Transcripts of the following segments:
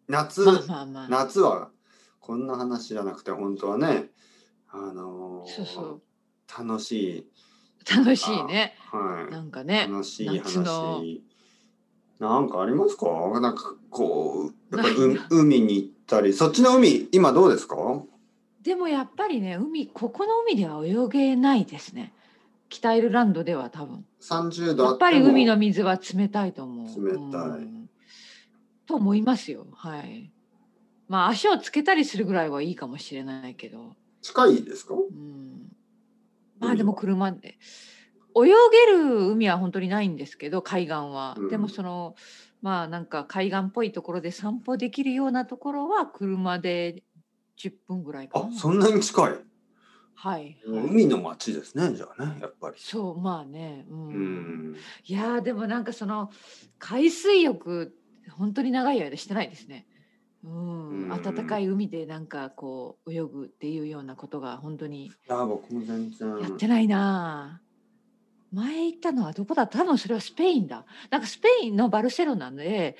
夏、 まあまあまあ。 夏はこんな話じゃなくて本当はね、 そうそう。 楽しい、 楽しいね。 はなんかい、 ね、 楽しい夏の、 話、なんかありますか？なんかこう、やっぱりないな。 海に行ったり、そっちの海、今どうですか？ でもやっぱりね、ここの海では泳げないですね。北アイルランドでは多分。 30度あっやっぱり海のても水は冷たいと思う。 冷たい。 と思いますよ。はい。まあ足をつけたりするぐらいはいいかもしれないけど。 近いですか？ まあでも海は。 車で。泳げる海は本当にないんですけど、海岸は。でもうん。 まあなんか海岸っぽいところで散歩できるようなところは車で10分ぐらいかあ、 な。 そんなに近い。 はいはい。 海の町ですね、じゃあね、やっぱり。 そう、まあね。 うん。 いやー、でもなんか海水浴、本当に長い間してないですね。 う暖かん。 い海でなんかこう泳ぐっていうようなことが本当にいや、僕も全然。 やってないな。前行ったのはどこだ？多分それはスペインだ。なんかスペインのバルセロナで、 うん。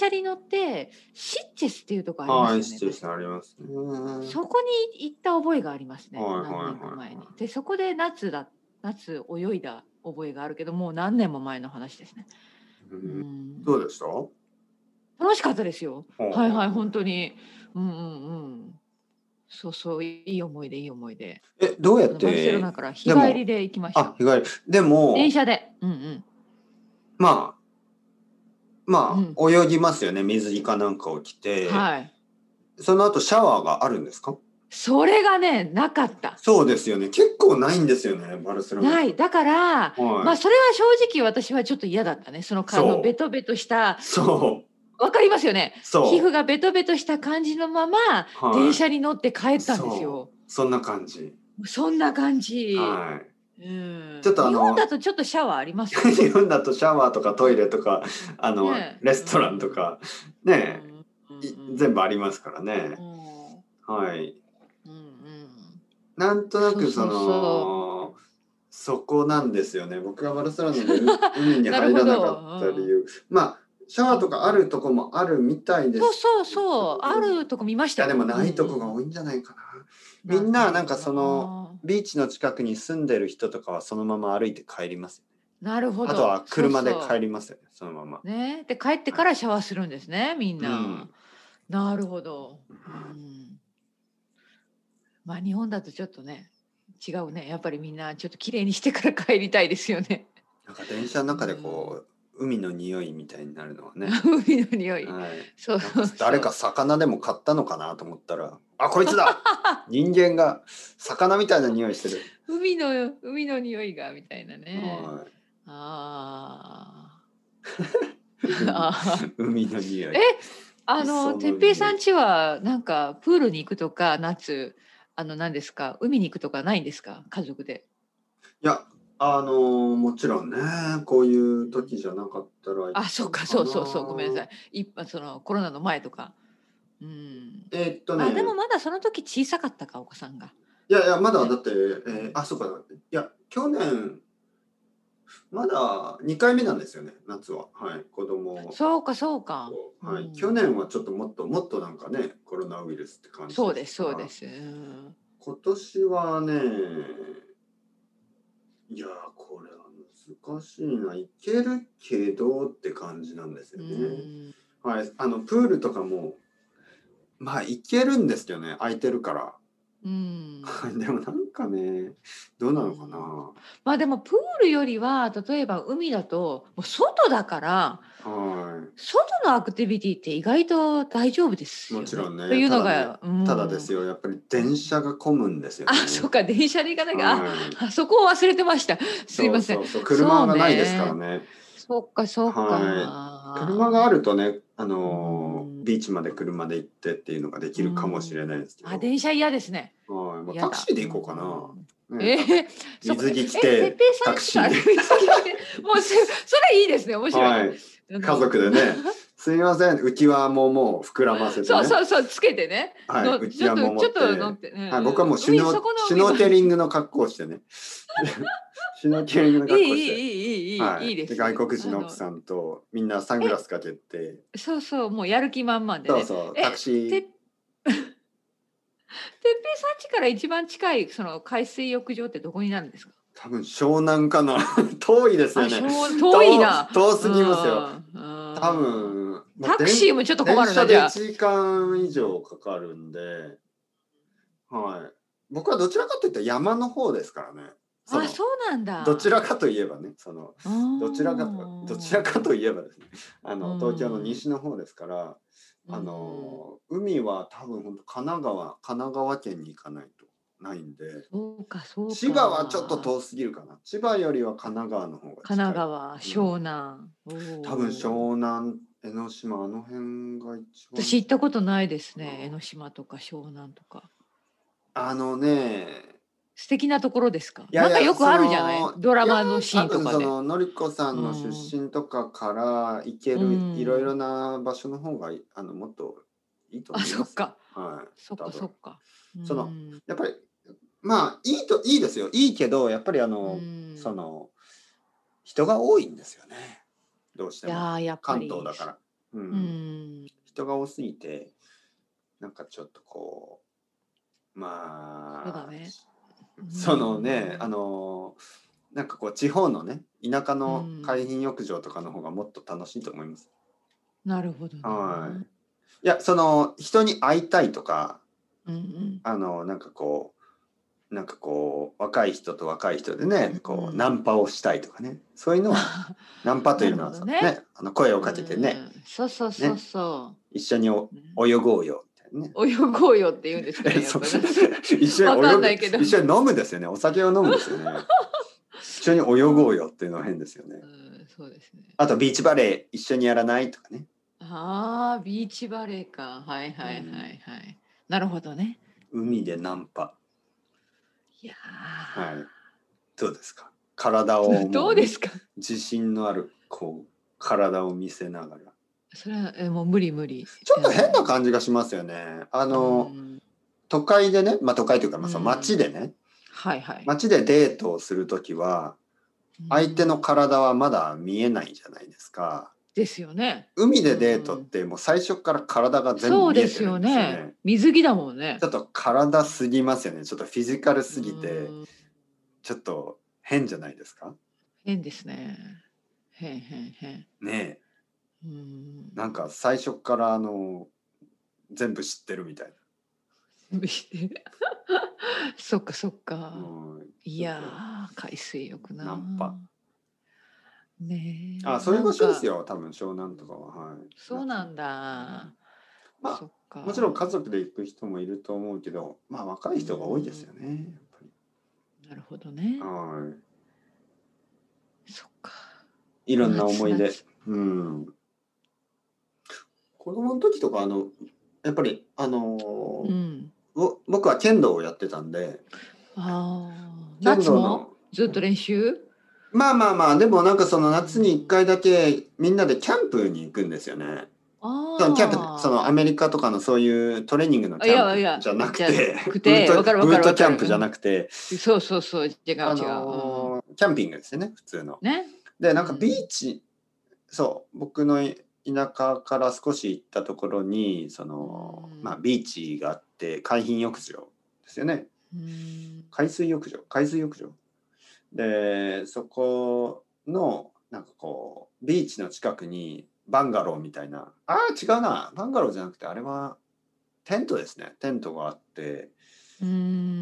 電車に乗ってシッチェスっていうとこありまはい、 すよね、 シチュエーション確か。 ありますね。はそこに行った覚えがありますね、 いはい何年かはいは前に。で、そこで夏泳いだ覚えがあるけど、もう何年も前の話ですね。 い。ううん。 ん。 どうでした？ほ楽しかったですよ。 うほはいはい、 うほう。 本当に。うんうんうん。そうそう、いい思い出いい思い出。 どうやっバルセロて、 ナから日でも、 帰りで行きました。 日帰り。でも、 電車で。うんうん。 まあ、 うん。 泳ぎますよね。水着かなんかを着て。 はい。 その後シャワーがあるんですか？ それがね、なかった。 そうですよね。結構ないんですよね、バルセロナって。 ない。だから、まあ、 はい。 それは正直私はちょっと嫌だったね。ベそトベトしたう。そう。 わかりますよね。皮膚そがベトベトした感じのまま、 う。は電車に乗って帰っい。 たんですよ。 そう。そんな感じ。 そんな感じ。 はい。ちょっと日本だとちょっとシャワーありますよ。 日本だとシャワーとかトイレとか、 ねえ。 レストランとか、ね全部ありますからね。 うん。 はい。 うんうん。 なんとなくそうそうそう。 そこなんですよね。僕がバルセロナで海になる入らなかほど。 った理由。まあ、シャワーとかあるとこもあるみたいですそうそうけど、 そう、あるとこ見ましたでもよ。 ないとこが多いんじゃないかな。みんな、なんかなるほどな。 ビーチの近くに住んでる人とかはそのまま歩いて帰りますよね。 なるほあとど。 はそう車で帰そりますよね、そのまま。 う。ね。で、帰ってはい。 からシャワーするんですね、みんな。 うん。 なるほど。 うん。 まあ、日本だとちょっとね、違うね。やっぱりみんなちょっと綺麗にしてから帰りたいですよね。 なんか電車のう中でん。 海の匂いみたいになるのはね。 海の匂い。 はい。 そうなんかそうそう。 誰か魚でも買ったのかなと思ったら、あ、こいつだ！人間が魚みたいな匂いしてる。 海の匂いがみたいなね。 はい。 ああ。 海、 ああ。 海の匂え、 い。磯てっの匂い。 ぺいさんちは、なんか、プールに行くとか、夏、何ですか、海に行くとかないんですか？家族で。 いや、もちろんね、こういう時じゃなかったら行っあ、そたっか、 かそうそうそう、ごめんなな。 さい。コロナの前とか。あ、でもね、 まだその時小さかったか、お子さんが。 いやいや、まだだって、 うん。 そうか、いや、去年、まだ2回目なんですよね、夏は。はい、子供そうかそうか。 と。はい。去年はちょっともっとなんかね、コロナウイルスって感じでそうですしたから、 そうです。 今年はね、いや、これは難しいな。いけるけどって感じなんですうよね。 ん。 はい、プールとかも、まあ、行けるんですけどね、空いてるから。 うん。 はい、でもなんかね、どうなのかうん。 な。 まあ、でもプールよりは、例えば海だと、もう外だからは外のアクティビティって意外と大丈夫でい。もすよね。 ちろんね、 というただね、 のが、 ただですよ、やっぱり電車が混むんですよあ、そっね。 か、電車で行かなきゃ、 はい。 そこを忘れてました。すいません。 そうそうそう、車そうがないですからね。 ね。 そっかそっはい。車があか。 るとね、 うん。 ビーチまで車で行ってっていうのができうるかもしれないん。あ、 ですけど。 電車嫌ですね。 はい。もうタク嫌だ。 シーで行こうかな。ね、 そこ、 水着着てって、 ぺいさタクんちからシーで。 水着着て、もうそれいいですね、面白いね。 はい。家族でね、すみません、浮き輪ももう膨らませてね。 そうそうそう、つけてね。 はい、浮ちょっとき輪も持っ乗って、 て、 はい、僕はもうそこの海はシュノーケリングの格好をしてね。シュノーケリングのいいい格好をして。 いいいいいいでで外す。 国人の奥さんとみんなサングラえ、 スかけて、 そうそう、もうやる気満々でね。 そうそう、タクシててっぺいさん家から一番近いその海水浴場ってどこになるんですか？ 多分湘南かな。遠いですよあ、 ね。 遠いな。 遠すうぎますよ。 ん、う多ん。 分、 タクシーもちょっと困るな、じ電車でゃあ。 1時間以上かかるんで、はい。僕はどちらかというと山の方ですからね。そあ、 の、 そうなんどちらだ。 かといえばね、 あどちらかといえばですね、 あ。う東京のん。 西の方ですから、 うん。 海は多分本当神奈川県に行かないとないんで、 そうかそう千葉はちょっとか。 遠すぎるかな。千葉よりは神奈川の方が神奈近い。 川、 うん。 湘南。お多分お。 湘南、江ノ島、あの辺が一番私行ったことないですかな。 ね。江ノ島とか湘南とか。 あのね、 素敵なところですか？ いやいや、 なんかよくあるじゃない？ドラいや、 マのシ多ーンとかで。 分のりこさんうの出ん。 身とかから行けうるいろいろん。 な場所の方がもっといいとあ、 思いますよ。 そっか。 はい、 そっ多分。 かそっか。うん。 やっぱり、まあ、いいですよ。いいけど、やっぱりうん。 人が多いんですよね。どうしても。 いやー、やっぱ関東り、 だから。ううん。 ん。 人が多すぎて、なんかちょっとそうだまあ、 ね。うそのね、 ん。 なんか地方のね、田舎うの海ん。 浜浴場とかの方がもっと楽しいと思います。 なるほどはな。 い。いや、人に会いたいとか、 うんうん。 若い人と若い人でね、 うん。 ナンパをしたいとかね、そういうのは、ナンパとなるいうのはほどね。 声をうかけてね、 ん。そうそうそうね、 そ一緒にう。ね、 泳ごうよ、みたいなね。 泳ごうよって言うんですかね、やっぱなんか一緒にわかん泳ぐ、 ないけど。 一緒に飲むですよね。お酒を飲むですよね。一緒に泳ごうよっていうのは変ですよね。 うん、そうですね。 あと、ビーチバレー一緒にやらないとかね。 ああ、ビーチバレーか。はいはいはうん、 いはい。なるほどね。う海でナん。 ンパ。 いやはい。どうですか？体をどもううですか？ 自信のある、体を見せながら。 それは、もう無理無理。 ちょっと変な感じがしますよね。 うん、 都会でね、まあ都会というか、 うその街ん。 でね、 はいはい。 街でデートをするときは、 う相手のん。 体はまだ見えないじゃないですか。 ですよね。 海うでデートっん。 てもう最初から体が全部そうです見えてるんですよよね。 ね。 水着だもんね。 ちょっと体すぎますよね。ちょっとフィジカルうすぎて、 ん。 ちょっと変じゃないですか？ 変ですね。変変変。 ねえ。 うなんかん。 最初から全部知ってるみたいそっかそっな。 か。 うん、 いちょっとやー、海水浴ナな。 ンパ。あ、 ねえ、 そういう場なんか、 所ですよ。多分湘南とかは。はい。夏。 そうなんだ。 まあ、 そっもちろん家か。 族で行く人もいると思うけど、まあ若うい人が多いですん。 よね。やっぱり。 なるほどね。 はい。 そっか。 いろんな思い出。 夏夏。 うん。子供の時とか、やっぱり、 うん。 僕は剣道をやってたんで、 ああ、 剣夏も道の、 ずっと練習？ まあまあまあ、でもなんかそのう夏に一ん。 回だけみんなでキャンプに行くんですよね。そのキャンプってそのアあメリカとかのそういうトレーニングのあ。いキャンやいや、 プじゃなくじゃなて、 くて、わかるわブーかるわかる。 トキャンプじゃなくて、 そうそうそう、違う違う。うん。 キャンピングですよね、普通の。 ね。 で、なんかビうん。 ーチ、そう、僕の田舎から少し行ったところに、 うまあ、 ん。 ビーチがあって、海浜浴場ですよね。 うん。 海水浴場。で、そこの、なんかビーチの近くにバンガローみたいな、違うな、バンガローじゃなくて、あれはテントですね。テントがあって、 うん。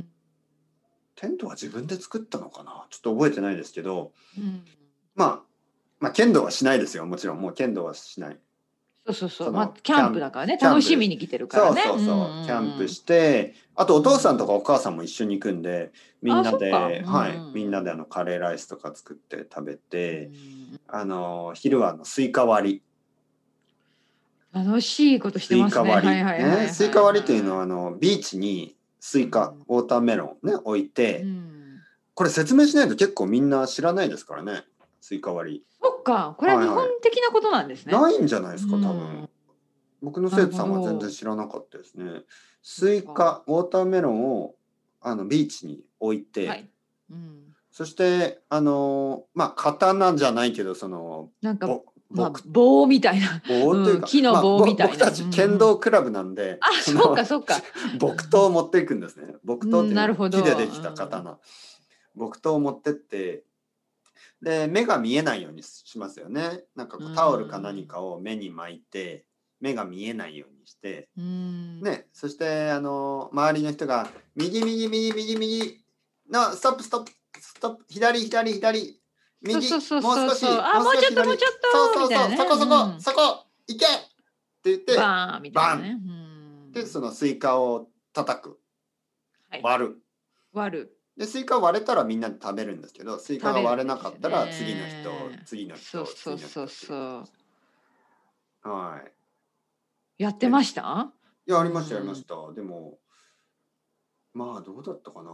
テントは自分で作ったのかなちょっと覚えてないですけど、 うん。 まあ、まあ、剣道はしないですよ。もちろん、もう剣道はしない。 そうそうそう。まあ、 その、 キャンプだからね、 キャンプです。 楽しみに来てるからそうね。うんうんそうそう、キャンプして、あとうん。 お父さんうん。 とかお母さんも一緒に行くんで、みんあ、 なそっか。うんで、 うはい、みんなでんカレーライスとか作って食べうて、 ん。 昼はスイカ割り。 楽しいことしてスイますね。はカ割り。 いはいはね、 いはいスイカ割りというのは、 はい。 ビーチにスイカ、 うん。 ウォーターメロンね、置いうて、 ん。 これ説明しないと結構みんな知らないですからね。スイカ割り。 そっか、これは日本はいはい。 的なことなんですね。 ないんじゃないでうすか、多分。 ん。 僕のなるほ生徒さんは全然ど。 知らなかったですね。 そっか。 ウォーターメロンをビーチに置いて、 はい。うん。 そしてまあ刀じゃないけどそのなんか、まあ、 木棒みたいな、 棒というか、 木のまあ、 棒みたいな。 僕たち剣道クラブなんで、 あ、そうかそうか。 木刀を持っていくんですね。木刀っていうなるのはほど。 木でできた刀。木刀を持ってって、で目が見えないようにしますよね。なんかこうタオルか何かを目に巻いて目が見えないようにして、ね、そして周りの人が右右右右右のストップストップストップ左左左右もう少しあ、もうちょっともうちょっとみたいなね。 そこそこそこ行けって言ってバーンみたいなね。 でそのスイカを叩く、割る。 割る。 でスイカ割れたらみんなで食べるんですけど、スイカが割れなかったら次の人次の人次の人。はい。 やってました？ いや、ありましたやりました。でもまあどうだったかな。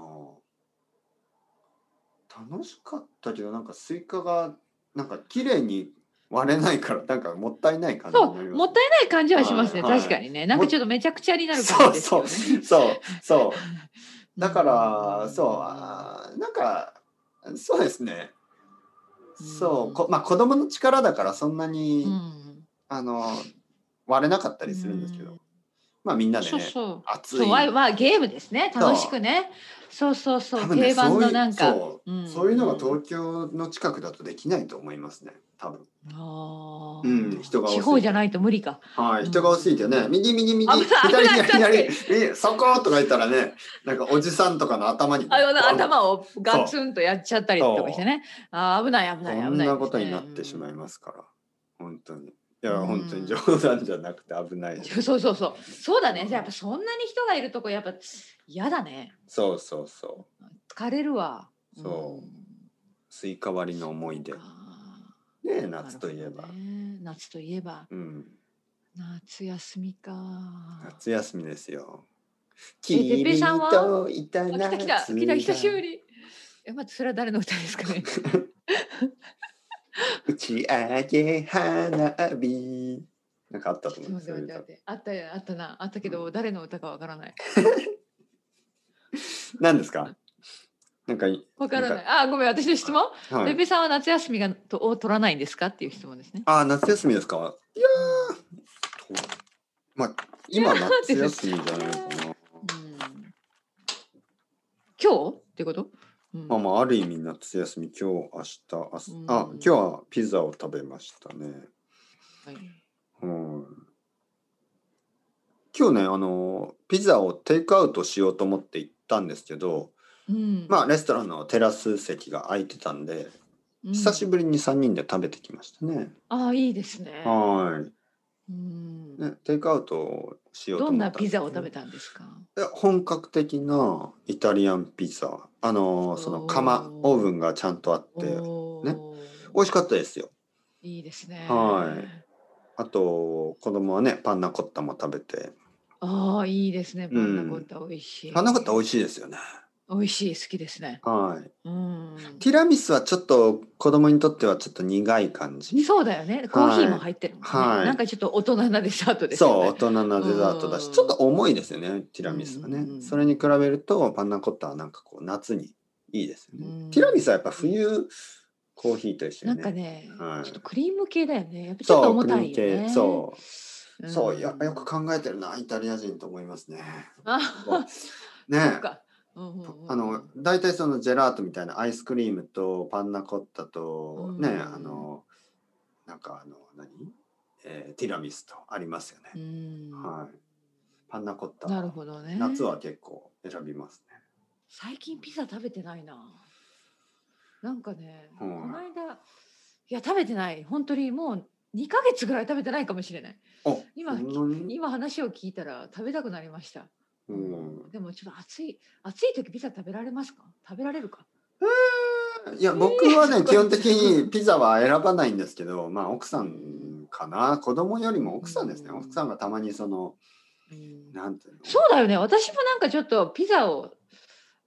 楽しかったけどなんかスイカがなんか綺麗に割れないからなんかもったいない感じになります、ね。 もったいない感じはしますね、確かにね。なんかちょっとめちゃくちゃになる感じですよね。 そうだからなんかそうですね。まあ子供の力だからそんなに、割れなかったりするんですけど、まあみんなでね、熱いまあゲームですね、楽しくね。そう定番のなんかそういうのが東京の近くだとできないと思いますね、多分。人が多すぎて。 地方じゃないと無理か。 はい、人が多すぎてね、右右右左そことか言ったらね、なんかおじさんとかの頭に頭をガツンとやっちゃったりとかしてね。危ないそんなことになってしまいますから、本当に。いや本当に冗談じゃなくて危ない。 そうだね。じゃあやっぱそんなに人がいるとこやっぱ嫌だね。 そう疲れるわ。 スイカ割りの思い出。ね、夏といえば。 夏といえば。夏休みか。 夏休みですよ。 てっぺいさんは？ いた来た久しぶり。待って、それは誰の歌ですかね。 打ち上げ花火。なんかあったと思うんですよ。 あったけど誰の歌かわからない。 何ですか？なんかわからない。ごめん、私の質問。てっぺいさんは夏休みを取らないんですかっていう質問ですね。 夏休みですか？いやまあ今夏休みじゃないかな。 今日ってこと？ まあある意味夏休み、今日明日今日はピザを食べましたね。今日ねピザをテイクアウトしようと思って行ったんですけど、まあレストランのテラス席が空いてたんで、久しぶりに3人で食べてきましたね。 いいですね。 テイクアウトしようと思った。 どんなピザを食べたんですか？ 本格的なイタリアンピザ。そのオーブンがちゃんとあってね、美味しかったですよ。 いいですね。 あと子供はねパンナコッタも食べて。 いいですね。パンナコッタ美味しい。 パンナコッタ美味しいですよね。 美味しい、好きですね。 ティラミスはちょっと子供にとってはちょっと苦い感じ。 そうだよね。コーヒーも入ってるもんね。なんかちょっと大人なデザートですよね。 大人なデザートだし、ちょっと重いですよね、ティラミスはね。それに比べるとパンナコッタはなんかこう夏にいいですよね。ティラミスはやっぱ冬コーヒーと一緒にね。 なんかね、ちょっとクリーム系だよね。やっぱちょっと重たいよね。 やっぱよく考えてるなイタリア人と思いますね。ね。大体そのジェラートみたいなアイスクリームとパンナコッタとね、なんかティラミスとありますよね。パンナコッタは夏は結構選びますね。 最近ピザ食べてないな。なんかね、この間食べてない。本当にもう2ヶ月ぐらい食べてないかもしれない。今話を聞いたら食べたくなりました。でもちょっと暑い時ピザ食べられますか？食べられるか？ いや僕はね基本的にピザは選ばないんですけど、まあ奥さんかな。子供よりも奥さんですね。奥さんがたまになんていうの。 そうだよね。私もなんかちょっとピザを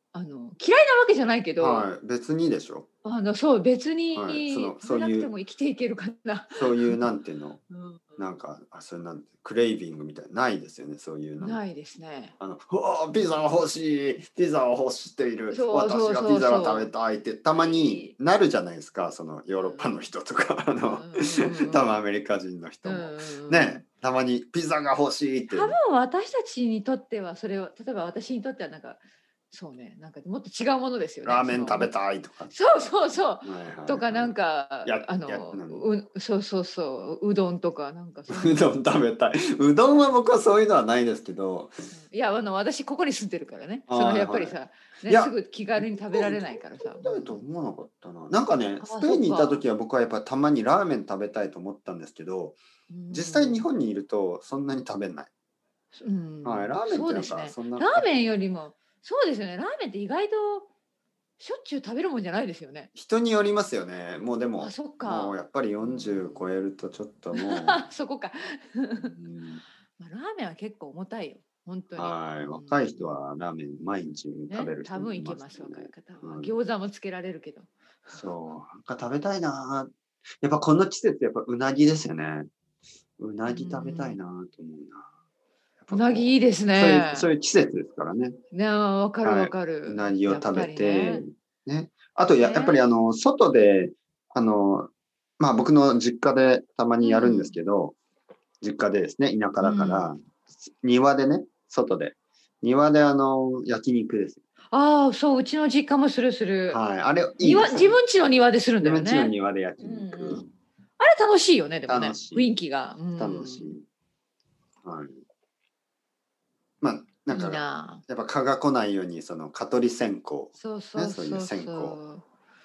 嫌いなわけじゃないけど、 はい、別にでしょ。 そう別に、 はい、 食べなくても生きていけるかな。 そういうなんていうの、 うんなんかそれなんてクレイビングみたいなないですよね、そういうの。 ないですね。 うわピザが欲しい、ピザを欲している、 そうそうそうそう私がピザが食べたいってたまになるじゃないですか、そのヨーロッパの人とか多分アメリカ人の人も、ね、たまにピザが欲しいって。 多分私たちにとってはそれを、例えば私にとってはなんかそうね、なんかもっと違うものですよね。 ラーメン食べたいとか。 そうそうそう。とかなんかそうそうそう、うどんとかなんかうどん食べたい。うどんは僕はそういうのはないですけど。 いや私ここに住んでるからね。やっぱりさ、すぐ気軽に食べられないからさ。 食べたいと思わなかったな。なんかね、スペインにいた時は僕はやっぱたまにラーメン食べたいと思ったんですけど、実際日本にいるとそんなに食べない。はい、ラーメンってなんかそんな。 ラーメンよりもそうですよね。ラーメンって意外としょっちゅう食べるもんじゃないですよね。 人によりますよね。もうでも、 そっか、 もうやっぱり40超えるとちょっともうそこか。ラーメンは結構重たいよ。本当に。 はい、若い人はラーメン毎日食べる人多分いけます、若い方は。餃子もつけられるけど。 そう、なんか食べたいな。やっぱこの季節やっぱうなぎですよね。うなぎ食べたいなと思うな。 うなぎいいですね。 そういう季節ですからね。 ね、わかるわかる。 うなぎを食べて、ね。あとやっぱり外でまあ僕の実家でたまにやるんですけど、実家でですね、田舎だから庭でね、外で庭で焼肉です。 ああ、そう、うちの実家もする。 はい、あれいいです。自分家の庭でするんだよね。 自分家の庭で焼肉。 あれ楽しいよね、でもね。雰囲気が。 楽しい。はい。まあなんかやっぱ蚊が来ないようにその蚊取り線香、 そういう線香。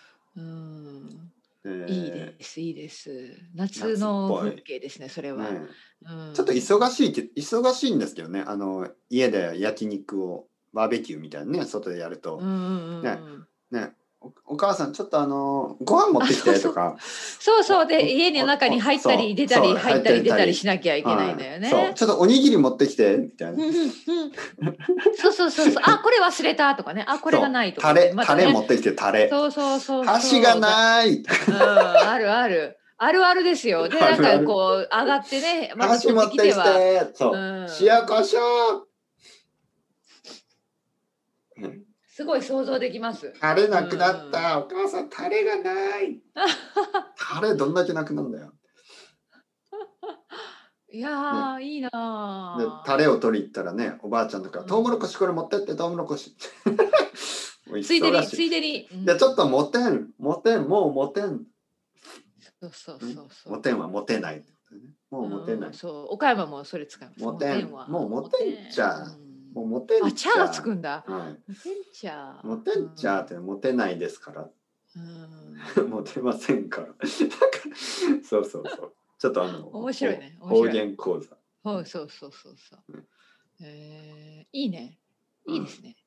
いいです。夏の風景ですね、それは。 ちょっと忙しいんですけどね、家で焼肉をバーベキューみたいなね、外でやるとね、お母さんちょっとご飯持ってきてとか。 そうで家の中に入ったり出たり入ったり出たりしなきゃいけないんだよね。 そうちょっとおにぎり持ってきてみたいな。 そうあこれ忘れたとかね、あこれがないとか、 タレ持ってきてタレ。 そう箸がない。 あるですよ。でなんかこう上がってね、 箸持ってきてそう塩コショウ。 すごい想像できます。 タレなくなった、お母さんタレがない。タレどんだけなくなるんだよ。 いやいいな。 タレを取り行ったらね、おばあちゃんとかトウモロコシこれ持ってってトウモロコシ。 ついでに。 でちょっともう持てん。 そう。 持てんは持てない。もう持てない。 そう岡山もそれ使います。 もう持てんちゃ。もう持てんちゃ。 茶がつくんだ。 持てんちゃって持てないですから。持てませんから。そう。ちょっと面白いね。 方言講座。 そう。いいね。いいですね。